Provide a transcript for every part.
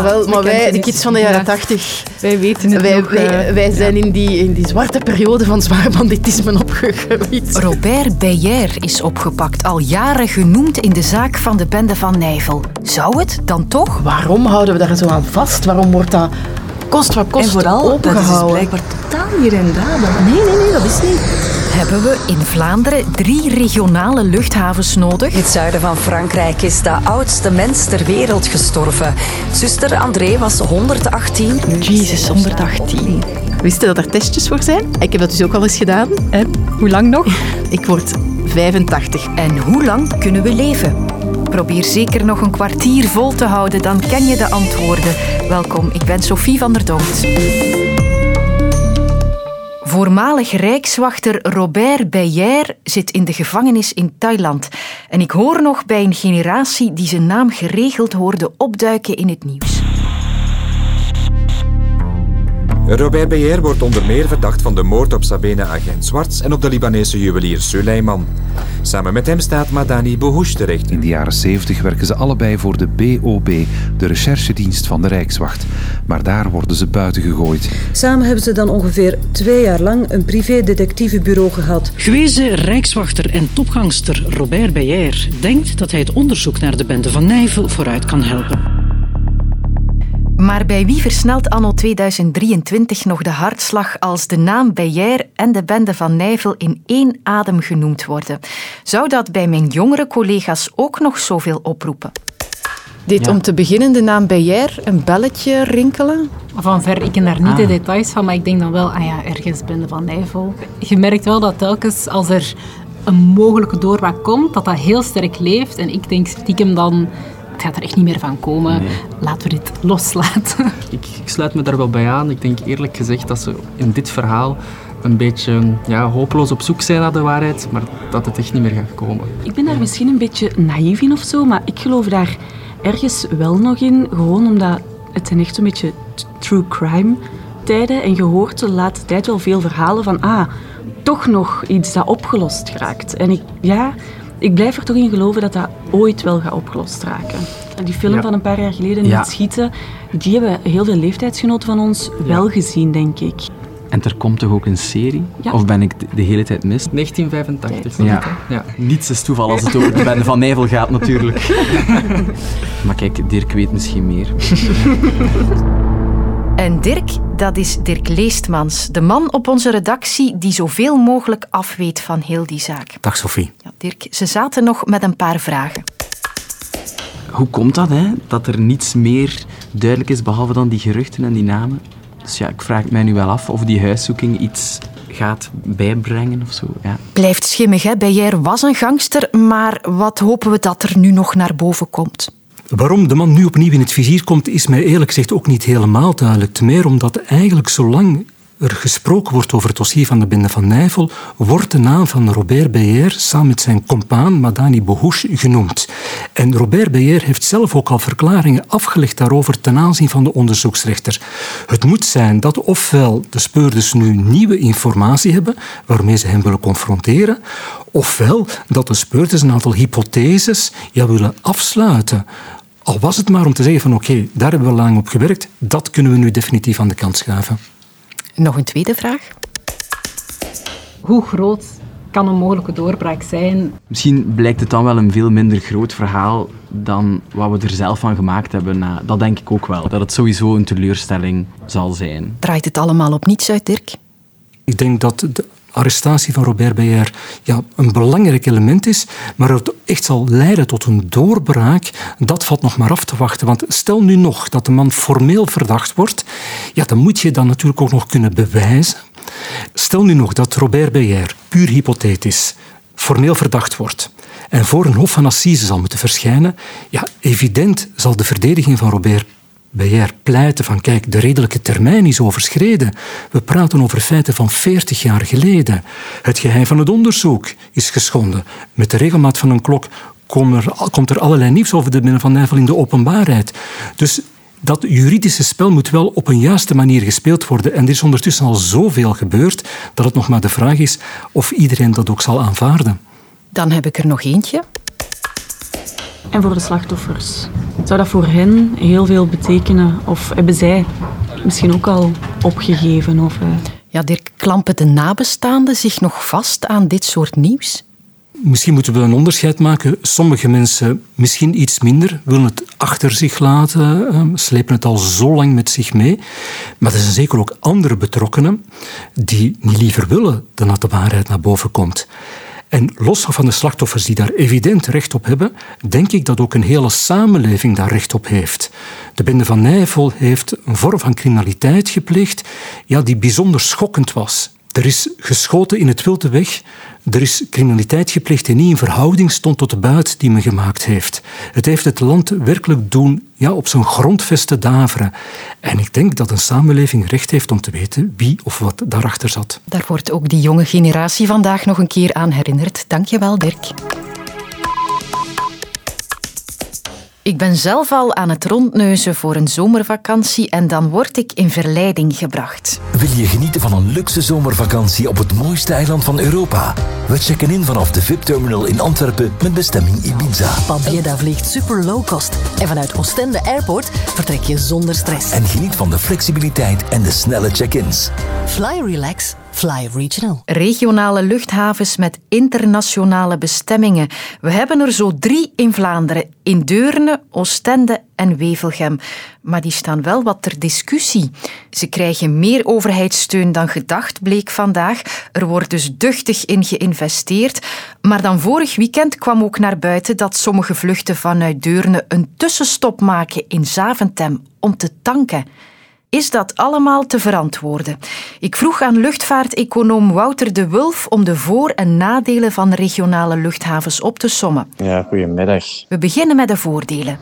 Jawel, maar wij, de kids van de jaren 80... Wij weten het nog. Wij zijn in die zwarte periode van zwaar banditisme opgegroeid. Robert Beyer is opgepakt, al jaren genoemd in de zaak van de bende van Nijvel. Zou het dan toch? Waarom houden we daar zo aan vast? Waarom wordt dat kost wat kost opengehouden? En vooral, dat is blijkbaar totaal niet rendabel. Nee, dat is niet. Hebben we in Vlaanderen 3 regionale luchthavens nodig? In het zuiden van Frankrijk is de oudste mens ter wereld gestorven. Zuster André was 118. Jezus, 118. Wist je dat er testjes voor zijn? Ik heb dat dus ook al eens gedaan. En hoe lang nog? Ik word 85. En hoe lang kunnen we leven? Probeer zeker nog een kwartier vol te houden, dan ken je de antwoorden. Welkom, ik ben Sophie van der Dongt. Voormalig rijkswachter Robert Beyer zit in de gevangenis in Thailand. En ik hoor nog bij een generatie die zijn naam geregeld hoorde opduiken in het nieuws. Robert Beyer wordt onder meer verdacht van de moord op Sabena Agent Zwarts en op de Libanese juwelier Suleiman. Samen met hem staat Madani Bohouch terecht. In de jaren 70 werken ze allebei voor de BOB, de recherchedienst van de Rijkswacht. Maar daar worden ze buiten gegooid. Samen hebben ze dan ongeveer 2 jaar lang een privé-detectivebureau gehad. Gewezen rijkswachter en topgangster Robert Beyer denkt dat hij het onderzoek naar de bende van Nijvel vooruit kan helpen. Maar bij wie versnelt anno 2023 nog de hartslag als de naam Beyer en de bende van Nijvel in 1 adem genoemd worden? Zou dat bij mijn jongere collega's ook nog zoveel oproepen? Dit om te beginnen, de naam Beyer, een belletje rinkelen? Van ver, ik ken daar niet de details van, maar ik denk dan wel, ergens bende van Nijvel. Je merkt wel dat telkens als er een mogelijke doorbraak komt, dat heel sterk leeft. En ik denk stiekem dan... Het gaat er echt niet meer van komen. Nee. Laten we dit loslaten. Ik sluit me daar wel bij aan. Ik denk eerlijk gezegd dat ze in dit verhaal een beetje hopeloos op zoek zijn naar de waarheid, maar dat het echt niet meer gaat komen. Ik ben daar misschien een beetje naïef in of zo, maar ik geloof daar ergens wel nog in. Gewoon omdat het zijn echt zo'n beetje true crime tijden. En je hoort de laatste tijd wel veel verhalen van toch nog iets dat opgelost geraakt. En ik blijf er toch in geloven dat dat ooit wel gaat opgelost raken. Die film van een paar jaar geleden, Niet schieten, die hebben heel veel leeftijdsgenoten van ons wel gezien, denk ik. En er komt toch ook een serie? Ja. Of ben ik de hele tijd mis? 1985. Ja. Niets is toeval als het over de bende van Nijvel gaat, natuurlijk. Maar kijk, Dirk weet misschien meer. En Dirk, dat is Dirk Leestmans, de man op onze redactie die zoveel mogelijk afweet van heel die zaak. Dag Sophie. Ja, Dirk, ze zaten nog met een paar vragen. Hoe komt dat, dat er niets meer duidelijk is behalve dan die geruchten en die namen? Dus ik vraag mij nu wel af of die huiszoeking iets gaat bijbrengen of zo. Ja. Blijft schimmig, hè? Beyer was een gangster, maar wat hopen we dat er nu nog naar boven komt? Waarom de man nu opnieuw in het vizier komt, is mij eerlijk gezegd ook niet helemaal duidelijk. Te meer omdat eigenlijk zolang er gesproken wordt over het dossier van de bende van Nijvel, wordt de naam van Robert Beyer samen met zijn compaan Madani Bohouch genoemd. En Robert Beyer heeft zelf ook al verklaringen afgelegd daarover ten aanzien van de onderzoeksrechter. Het moet zijn dat ofwel de speurders nu nieuwe informatie hebben waarmee ze hem willen confronteren, ofwel dat de speurders een aantal hypotheses willen afsluiten. Al was het maar om te zeggen van oké, daar hebben we lang op gewerkt, dat kunnen we nu definitief aan de kant schuiven. Nog een tweede vraag. Hoe groot kan een mogelijke doorbraak zijn? Misschien blijkt het dan wel een veel minder groot verhaal dan wat we er zelf van gemaakt hebben. Dat denk ik ook wel. Dat het sowieso een teleurstelling zal zijn. Draait het allemaal op niets uit, Dirk? Ik denk dat de arrestatie van Robert Beyer een belangrijk element is, maar het echt zal leiden tot een doorbraak, dat valt nog maar af te wachten. Want stel nu nog dat de man formeel verdacht wordt, dan moet je dan natuurlijk ook nog kunnen bewijzen. Stel nu nog dat Robert Beyer, puur hypothetisch, formeel verdacht wordt en voor een hof van assise zal moeten verschijnen, evident zal de verdediging van Robert Beyer pleiten van kijk, de redelijke termijn is overschreden. We praten over feiten van 40 jaar geleden. Het geheim van het onderzoek is geschonden. Met de regelmaat van een klok komt er allerlei nieuws over de bende van Nijvel in de openbaarheid. Dus dat juridische spel moet wel op een juiste manier gespeeld worden. En er is ondertussen al zoveel gebeurd dat het nog maar de vraag is of iedereen dat ook zal aanvaarden. Dan heb ik er nog eentje. En voor de slachtoffers? Zou dat voor hen heel veel betekenen? Of hebben zij misschien ook al opgegeven? Of, Ja, Dirk, klampen de nabestaanden zich nog vast aan dit soort nieuws? Misschien moeten we een onderscheid maken. Sommige mensen misschien iets minder, willen het achter zich laten, slepen het al zo lang met zich mee. Maar er zijn zeker ook andere betrokkenen die niet liever willen dan dat de waarheid naar boven komt. En los van de slachtoffers die daar evident recht op hebben, denk ik dat ook een hele samenleving daar recht op heeft. De bende van Nijvel heeft een vorm van criminaliteit gepleegd, die bijzonder schokkend was. Er is geschoten in het wilte weg. Er is criminaliteit gepleegd die niet in verhouding stond tot de buit die men gemaakt heeft. Het heeft het land werkelijk doen op zijn grondvesten daveren. En ik denk dat een samenleving recht heeft om te weten wie of wat daarachter zat. Daar wordt ook die jonge generatie vandaag nog een keer aan herinnerd. Dank je wel, Dirk. Ik ben zelf al aan het rondneuzen voor een zomervakantie en dan word ik in verleiding gebracht. Wil je genieten van een luxe zomervakantie op het mooiste eiland van Europa? We checken in vanaf de VIP-terminal in Antwerpen met bestemming Ibiza. Pabieda vliegt super low cost en vanuit Oostende Airport vertrek je zonder stress. En geniet van de flexibiliteit en de snelle check-ins. Fly relax. Fly Regional. Regionale luchthavens met internationale bestemmingen. We hebben er zo 3 in Vlaanderen. In Deurne, Oostende en Wevelgem. Maar die staan wel wat ter discussie. Ze krijgen meer overheidssteun dan gedacht, bleek vandaag. Er wordt dus duchtig in geïnvesteerd. Maar dan vorig weekend kwam ook naar buiten dat sommige vluchten vanuit Deurne een tussenstop maken in Zaventem om te tanken. Is dat allemaal te verantwoorden? Ik vroeg aan luchtvaarteconoom Wouter de Wulf om de voor- en nadelen van regionale luchthavens op te sommen. Ja, goedemiddag. We beginnen met de voordelen.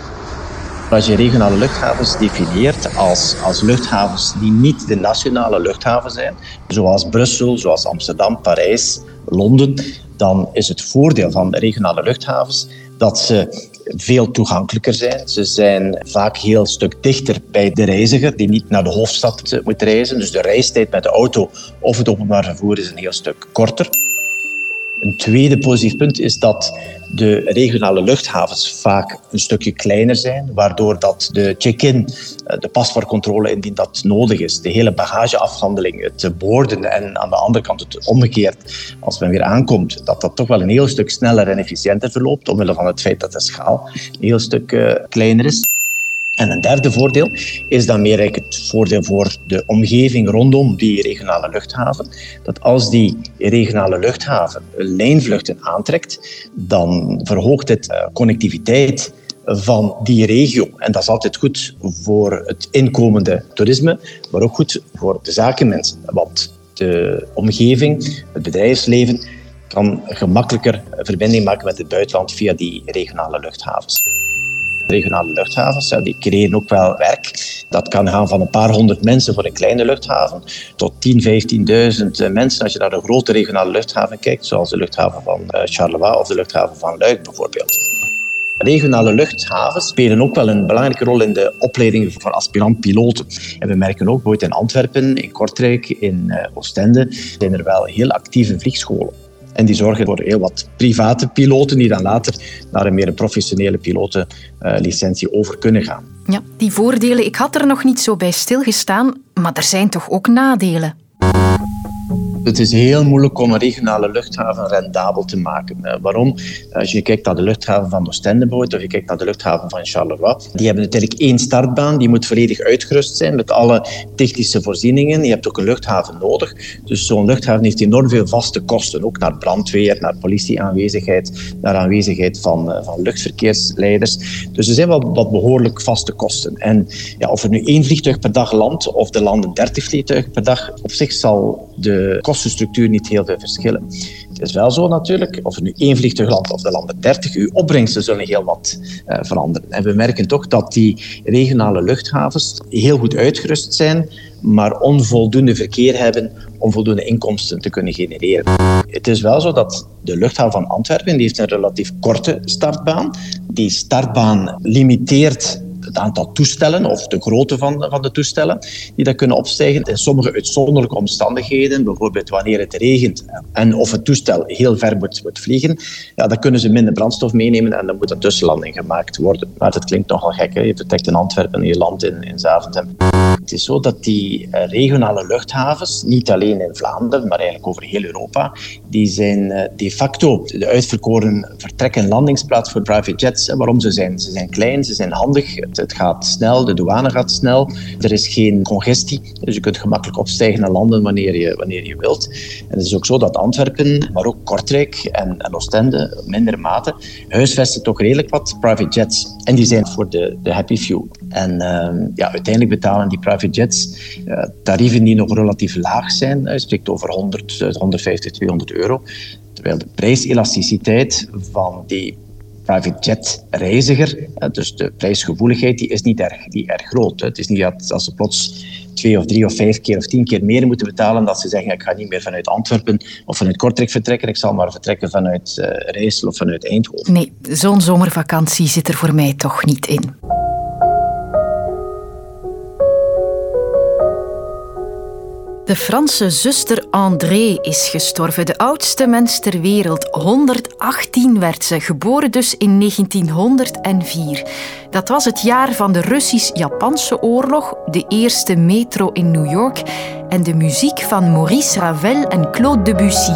Als je regionale luchthavens definieert als luchthavens die niet de nationale luchthaven zijn, zoals Brussel, zoals Amsterdam, Parijs, Londen, dan is het voordeel van regionale luchthavens dat ze veel toegankelijker zijn. Ze zijn vaak een heel stuk dichter bij de reiziger die niet naar de hoofdstad moet reizen. Dus de reistijd met de auto of het openbaar vervoer is een heel stuk korter. Een tweede positief punt is dat de regionale luchthavens vaak een stukje kleiner zijn, waardoor dat de check-in, de paspoortcontrole indien dat nodig is, de hele bagageafhandeling, het boorden en aan de andere kant het omgekeerd, als men weer aankomt, dat toch wel een heel stuk sneller en efficiënter verloopt, omwille van het feit dat de schaal een heel stuk kleiner is. En een derde voordeel is dan meer eigenlijk het voordeel voor de omgeving rondom die regionale luchthaven. Dat als die regionale luchthaven lijnvluchten aantrekt, dan verhoogt het connectiviteit van die regio. En dat is altijd goed voor het inkomende toerisme, maar ook goed voor de zakenmensen. Want de omgeving, het bedrijfsleven, kan gemakkelijker verbinding maken met het buitenland via die regionale luchthavens. Regionale luchthavens, die creëren ook wel werk. Dat kan gaan van een paar honderd mensen voor een kleine luchthaven tot 10.000, 15.000 mensen als je naar de grote regionale luchthaven kijkt, zoals de luchthaven van Charleroi of de luchthaven van Luik bijvoorbeeld. Regionale luchthavens spelen ook wel een belangrijke rol in de opleiding van aspirant-piloten. En we merken ook, bijvoorbeeld in Antwerpen, in Kortrijk, in Oostende, zijn er wel heel actieve vliegscholen. En die zorgen voor heel wat private piloten die dan later naar een meer professionele pilotenlicentie over kunnen gaan. Ja, die voordelen, ik had er nog niet zo bij stilgestaan, maar er zijn toch ook nadelen? Het is heel moeilijk om een regionale luchthaven rendabel te maken. Waarom? Als je kijkt naar de luchthaven van Oostende bijvoorbeeld, of je kijkt naar de luchthaven van Charleroi, die hebben natuurlijk 1 startbaan, die moet volledig uitgerust zijn met alle technische voorzieningen. Je hebt ook een luchthaven nodig. Dus zo'n luchthaven heeft enorm veel vaste kosten, ook naar brandweer, naar politieaanwezigheid, naar aanwezigheid van luchtverkeersleiders. Dus er zijn wel wat behoorlijk vaste kosten. En ja, of er nu 1 vliegtuig per dag landt, of er landen 30 vliegtuigen per dag, op zich zal de kostenstructuur niet heel veel verschillen. Het is wel zo natuurlijk, of er nu 1 vliegtuig landt of er landen 30, uw opbrengsten zullen heel wat veranderen. En we merken toch dat die regionale luchthavens heel goed uitgerust zijn, maar onvoldoende verkeer hebben om voldoende inkomsten te kunnen genereren. Het is wel zo dat de luchthaven van Antwerpen, die heeft een relatief korte startbaan. Die startbaan limiteert het aantal toestellen of de grootte van de toestellen die dat kunnen opstijgen. In sommige uitzonderlijke omstandigheden, bijvoorbeeld wanneer het regent en of het toestel heel ver moet vliegen, ja, dan kunnen ze minder brandstof meenemen en dan moet een tussenlanding gemaakt worden. Maar dat klinkt nogal gek, hè? Je vertrekt in Antwerpen en je landt in Zaventem. Het is zo dat die regionale luchthavens, niet alleen in Vlaanderen, maar eigenlijk over heel Europa, die zijn de facto de uitverkoren vertrek- en landingsplaats voor private jets. Waarom? Ze zijn klein, ze zijn handig, het gaat snel, de douane gaat snel, er is geen congestie, dus je kunt gemakkelijk opstijgen en landen wanneer je wilt. En het is ook zo dat Antwerpen, maar ook Kortrijk en Oostende, in mindere mate, huisvesten toch redelijk wat private jets. En die zijn voor de happy few. En uiteindelijk betalen die private jets tarieven die nog relatief laag zijn. Je spreekt over 100, 150, 200 euro. Terwijl de prijselasticiteit van die private jet reiziger, dus de prijsgevoeligheid, die is niet erg groot. Het is niet dat als ze plots 2 of 3 of 5 keer of 10 keer meer moeten betalen, dat ze zeggen, ik ga niet meer vanuit Antwerpen of vanuit Kortrijk vertrekken, ik zal maar vertrekken vanuit Rijssel of vanuit Eindhoven. Nee, zo'n zomervakantie zit er voor mij toch niet in. De Franse zuster André is gestorven, de oudste mens ter wereld. 118 werd ze, geboren dus in 1904. Dat was het jaar van de Russisch-Japanse oorlog, de eerste metro in New York en de muziek van Maurice Ravel en Claude Debussy.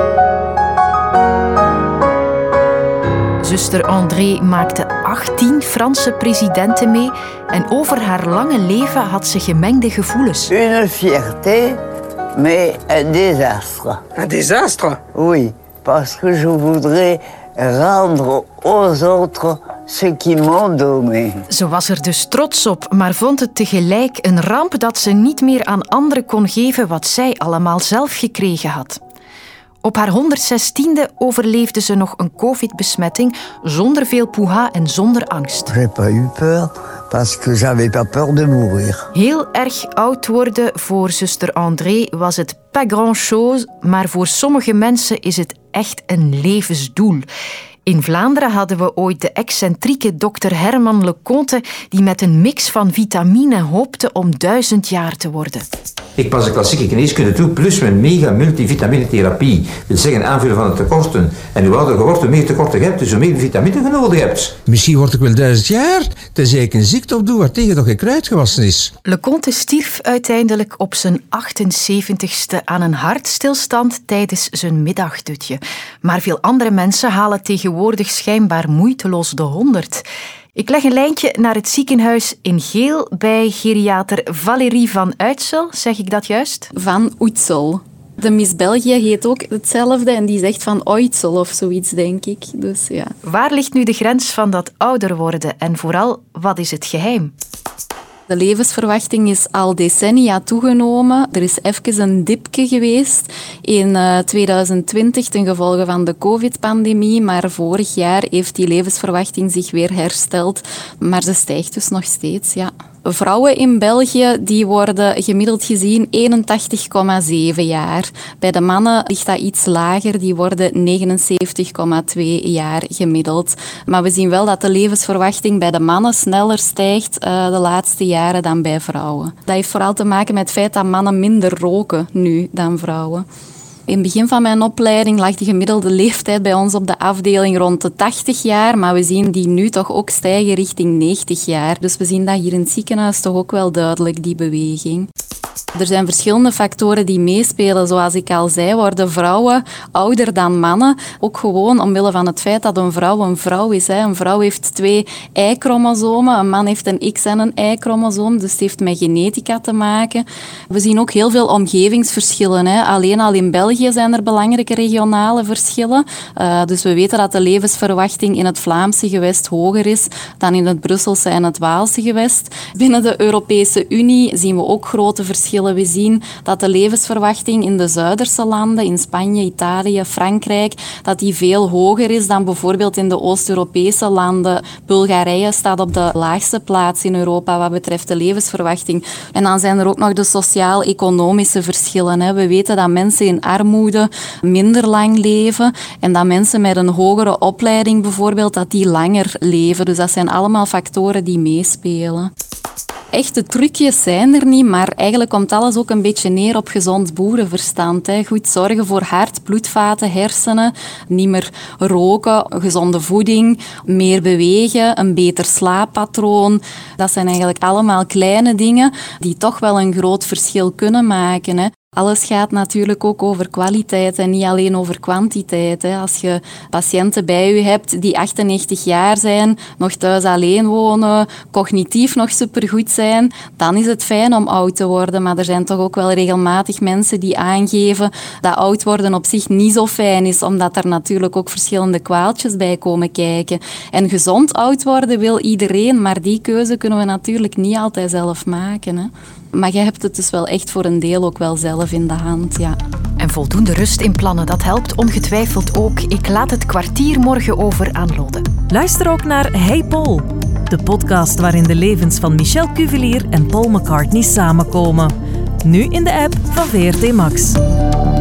Zuster André maakte 18 Franse presidenten mee en over haar lange leven had ze gemengde gevoelens. Une fierté, mais un désastre. Un désastre? Oui, parce que je voudrais rendre aux autres ce qui m'ont donné. Ze was er dus trots op, maar vond het tegelijk een ramp dat ze niet meer aan anderen kon geven wat zij allemaal zelf gekregen had. Op haar 116e overleefde ze nog een covid-besmetting zonder veel poeha en zonder angst. J'ai pas eu peur, parce que j'avais pas peur de mourir. Heel erg oud worden voor zuster André was het pas grand-chose, maar voor sommige mensen is het echt een levensdoel. In Vlaanderen hadden we ooit de excentrieke dokter Herman Leconte die met een mix van vitamine hoopte om 1000 jaar te worden. Ik pas de klassieke geneeskunde toe, plus mijn mega-multivitaminetherapie. Dat wil zeggen aanvullen van de tekorten. En hoe ouder je wordt, hoe meer tekorten je hebt, dus hoe meer vitamine je nodig hebt. Misschien word ik wel 1000 jaar, tenzij ik een ziekte opdoe waartegen nog geen kruid gewassen is. Leconte stierf uiteindelijk op zijn 78ste aan een hartstilstand tijdens zijn middagdutje. Maar veel andere mensen halen tegenwoordig schijnbaar moeiteloos de 100. Ik leg een lijntje naar het ziekenhuis in Geel bij geriater Valérie van Uitsel. Zeg ik dat juist? Van Uitsel. De Miss België heet ook hetzelfde en die zegt van Uitsel of zoiets, denk ik. Dus, ja. Waar ligt nu de grens van dat ouder worden en vooral, wat is het geheim? De levensverwachting is al decennia toegenomen. Er is even een dipje geweest in 2020 ten gevolge van de COVID-pandemie, maar vorig jaar heeft die levensverwachting zich weer hersteld. Maar ze stijgt dus nog steeds, ja. Vrouwen in België die worden gemiddeld gezien 81,7 jaar. Bij de mannen ligt dat iets lager, die worden 79,2 jaar gemiddeld. Maar we zien wel dat de levensverwachting bij de mannen sneller stijgt de laatste jaren dan bij vrouwen. Dat heeft vooral te maken met het feit dat mannen minder roken nu dan vrouwen. In het begin van mijn opleiding lag de gemiddelde leeftijd bij ons op de afdeling rond de 80 jaar, maar we zien die nu toch ook stijgen richting 90 jaar. Dus we zien dat hier in het ziekenhuis toch ook wel duidelijk, die beweging. Er zijn verschillende factoren die meespelen. Zoals ik al zei, worden vrouwen ouder dan mannen. Ook gewoon omwille van het feit dat een vrouw is. Een vrouw heeft 2 Y-chromosomen. Een man heeft een X- en een Y-chromosoom. Dus het heeft met genetica te maken. We zien ook heel veel omgevingsverschillen. Alleen al in België zijn er belangrijke regionale verschillen. Dus we weten dat de levensverwachting in het Vlaamse gewest hoger is dan in het Brusselse en het Waalse gewest. Binnen de Europese Unie zien we ook grote verschillen verschillen. We zien dat de levensverwachting in de Zuiderse landen, in Spanje, Italië, Frankrijk, dat die veel hoger is dan bijvoorbeeld in de Oost-Europese landen. Bulgarije staat op de laagste plaats in Europa wat betreft de levensverwachting. En dan zijn er ook nog de sociaal-economische verschillen. We weten dat mensen in armoede minder lang leven en dat mensen met een hogere opleiding bijvoorbeeld, dat die langer leven. Dus dat zijn allemaal factoren die meespelen. Echte trucjes zijn er niet, maar eigenlijk komt alles ook een beetje neer op gezond boerenverstand. Goed zorgen voor hart, bloedvaten, hersenen, niet meer roken, gezonde voeding, meer bewegen, een beter slaappatroon. Dat zijn eigenlijk allemaal kleine dingen die toch wel een groot verschil kunnen maken. Alles gaat natuurlijk ook over kwaliteit en niet alleen over kwantiteit. Als je patiënten bij je hebt die 98 jaar zijn, nog thuis alleen wonen, cognitief nog supergoed zijn, dan is het fijn om oud te worden. Maar er zijn toch ook wel regelmatig mensen die aangeven dat oud worden op zich niet zo fijn is, omdat er natuurlijk ook verschillende kwaaltjes bij komen kijken. En gezond oud worden wil iedereen, maar die keuze kunnen we natuurlijk niet altijd zelf maken. Maar je hebt het dus wel echt voor een deel ook wel zelf in de hand, ja. En voldoende rust inplannen, dat helpt ongetwijfeld ook. Ik laat het kwartier morgen over aan Lode. Luister ook naar Hey Paul, de podcast waarin de levens van Michel Cuvelier en Paul McCartney samenkomen. Nu in de app van VRT Max.